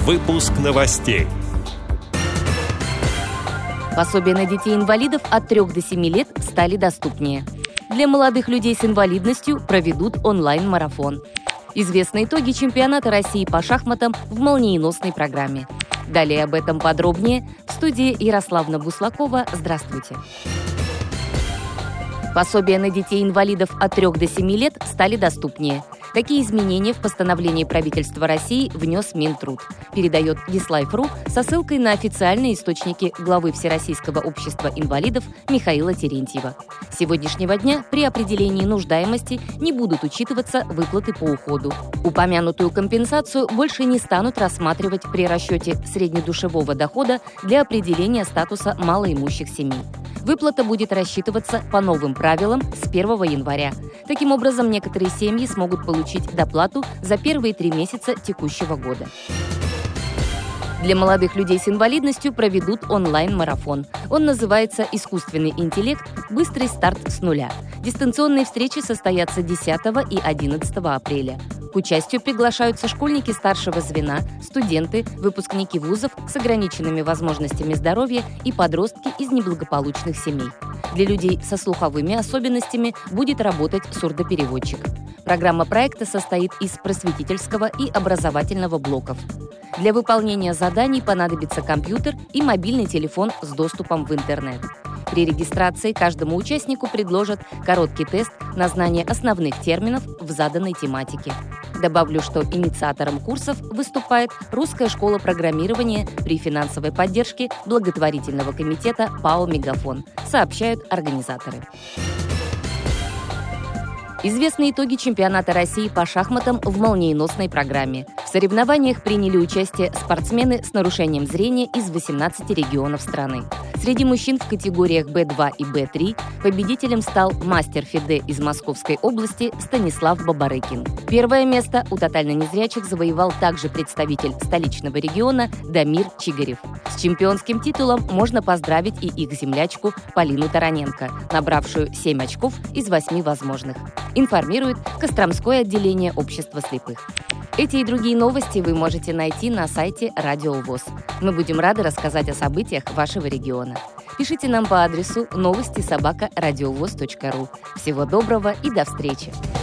Выпуск новостей. Пособия на детей-инвалидов от 3 до 7 лет стали доступнее. Для молодых людей с инвалидностью проведут онлайн-марафон. Известны итоги чемпионата России по шахматам в молниеносной программе. Далее об этом подробнее в студии Ярославна Буслакова. Здравствуйте. Пособия на детей-инвалидов от 3 до 7 лет стали доступнее. Такие изменения в постановлении правительства России внес Минтруд, передает Dislife.ru со ссылкой на официальные источники главы Всероссийского общества инвалидов Михаила Терентьева. С сегодняшнего дня при определении нуждаемости не будут учитываться выплаты по уходу. Упомянутую компенсацию больше не станут рассматривать при расчете среднедушевого дохода для определения статуса малоимущих семей. Выплата будет рассчитываться по новым правилам с 1 января. Таким образом, некоторые семьи смогут получить доплату за первые 3 месяца текущего года. Для молодых людей с инвалидностью проведут онлайн-марафон. Он называется «Искусственный интеллект. Быстрый старт с нуля». Дистанционные встречи состоятся 10 и 11 апреля. К участию приглашаются школьники старшего звена, студенты, выпускники вузов с ограниченными возможностями здоровья и подростки из неблагополучных семей. Для людей со слуховыми особенностями будет работать сурдопереводчик. Программа проекта состоит из просветительского и образовательного блоков. Для выполнения заданий понадобится компьютер и мобильный телефон с доступом в интернет. При регистрации каждому участнику предложат короткий тест на знание основных терминов в заданной тематике. Добавлю, что инициатором курсов выступает Русская школа программирования при финансовой поддержке благотворительного комитета ПАО «Мегафон», сообщают организаторы. Известны итоги чемпионата России по шахматам в молниеносной программе. В соревнованиях приняли участие спортсмены с нарушением зрения из 18 регионов страны. Среди мужчин в категориях Б2 и Б3 победителем стал мастер ФИДЕ из Московской области Станислав Бабарыкин. Первое место у тотально незрячих завоевал также представитель столичного региона Дамир Чигарев. С чемпионским титулом можно поздравить и их землячку Полину Тараненко, набравшую 7 очков из 8 возможных. Информирует Костромское отделение общества слепых. Эти и другие новости вы можете найти на сайте Радио ВОС. Мы будем рады рассказать о событиях вашего региона. Пишите нам по адресу новости@радиовос.ру. Всего доброго и до встречи!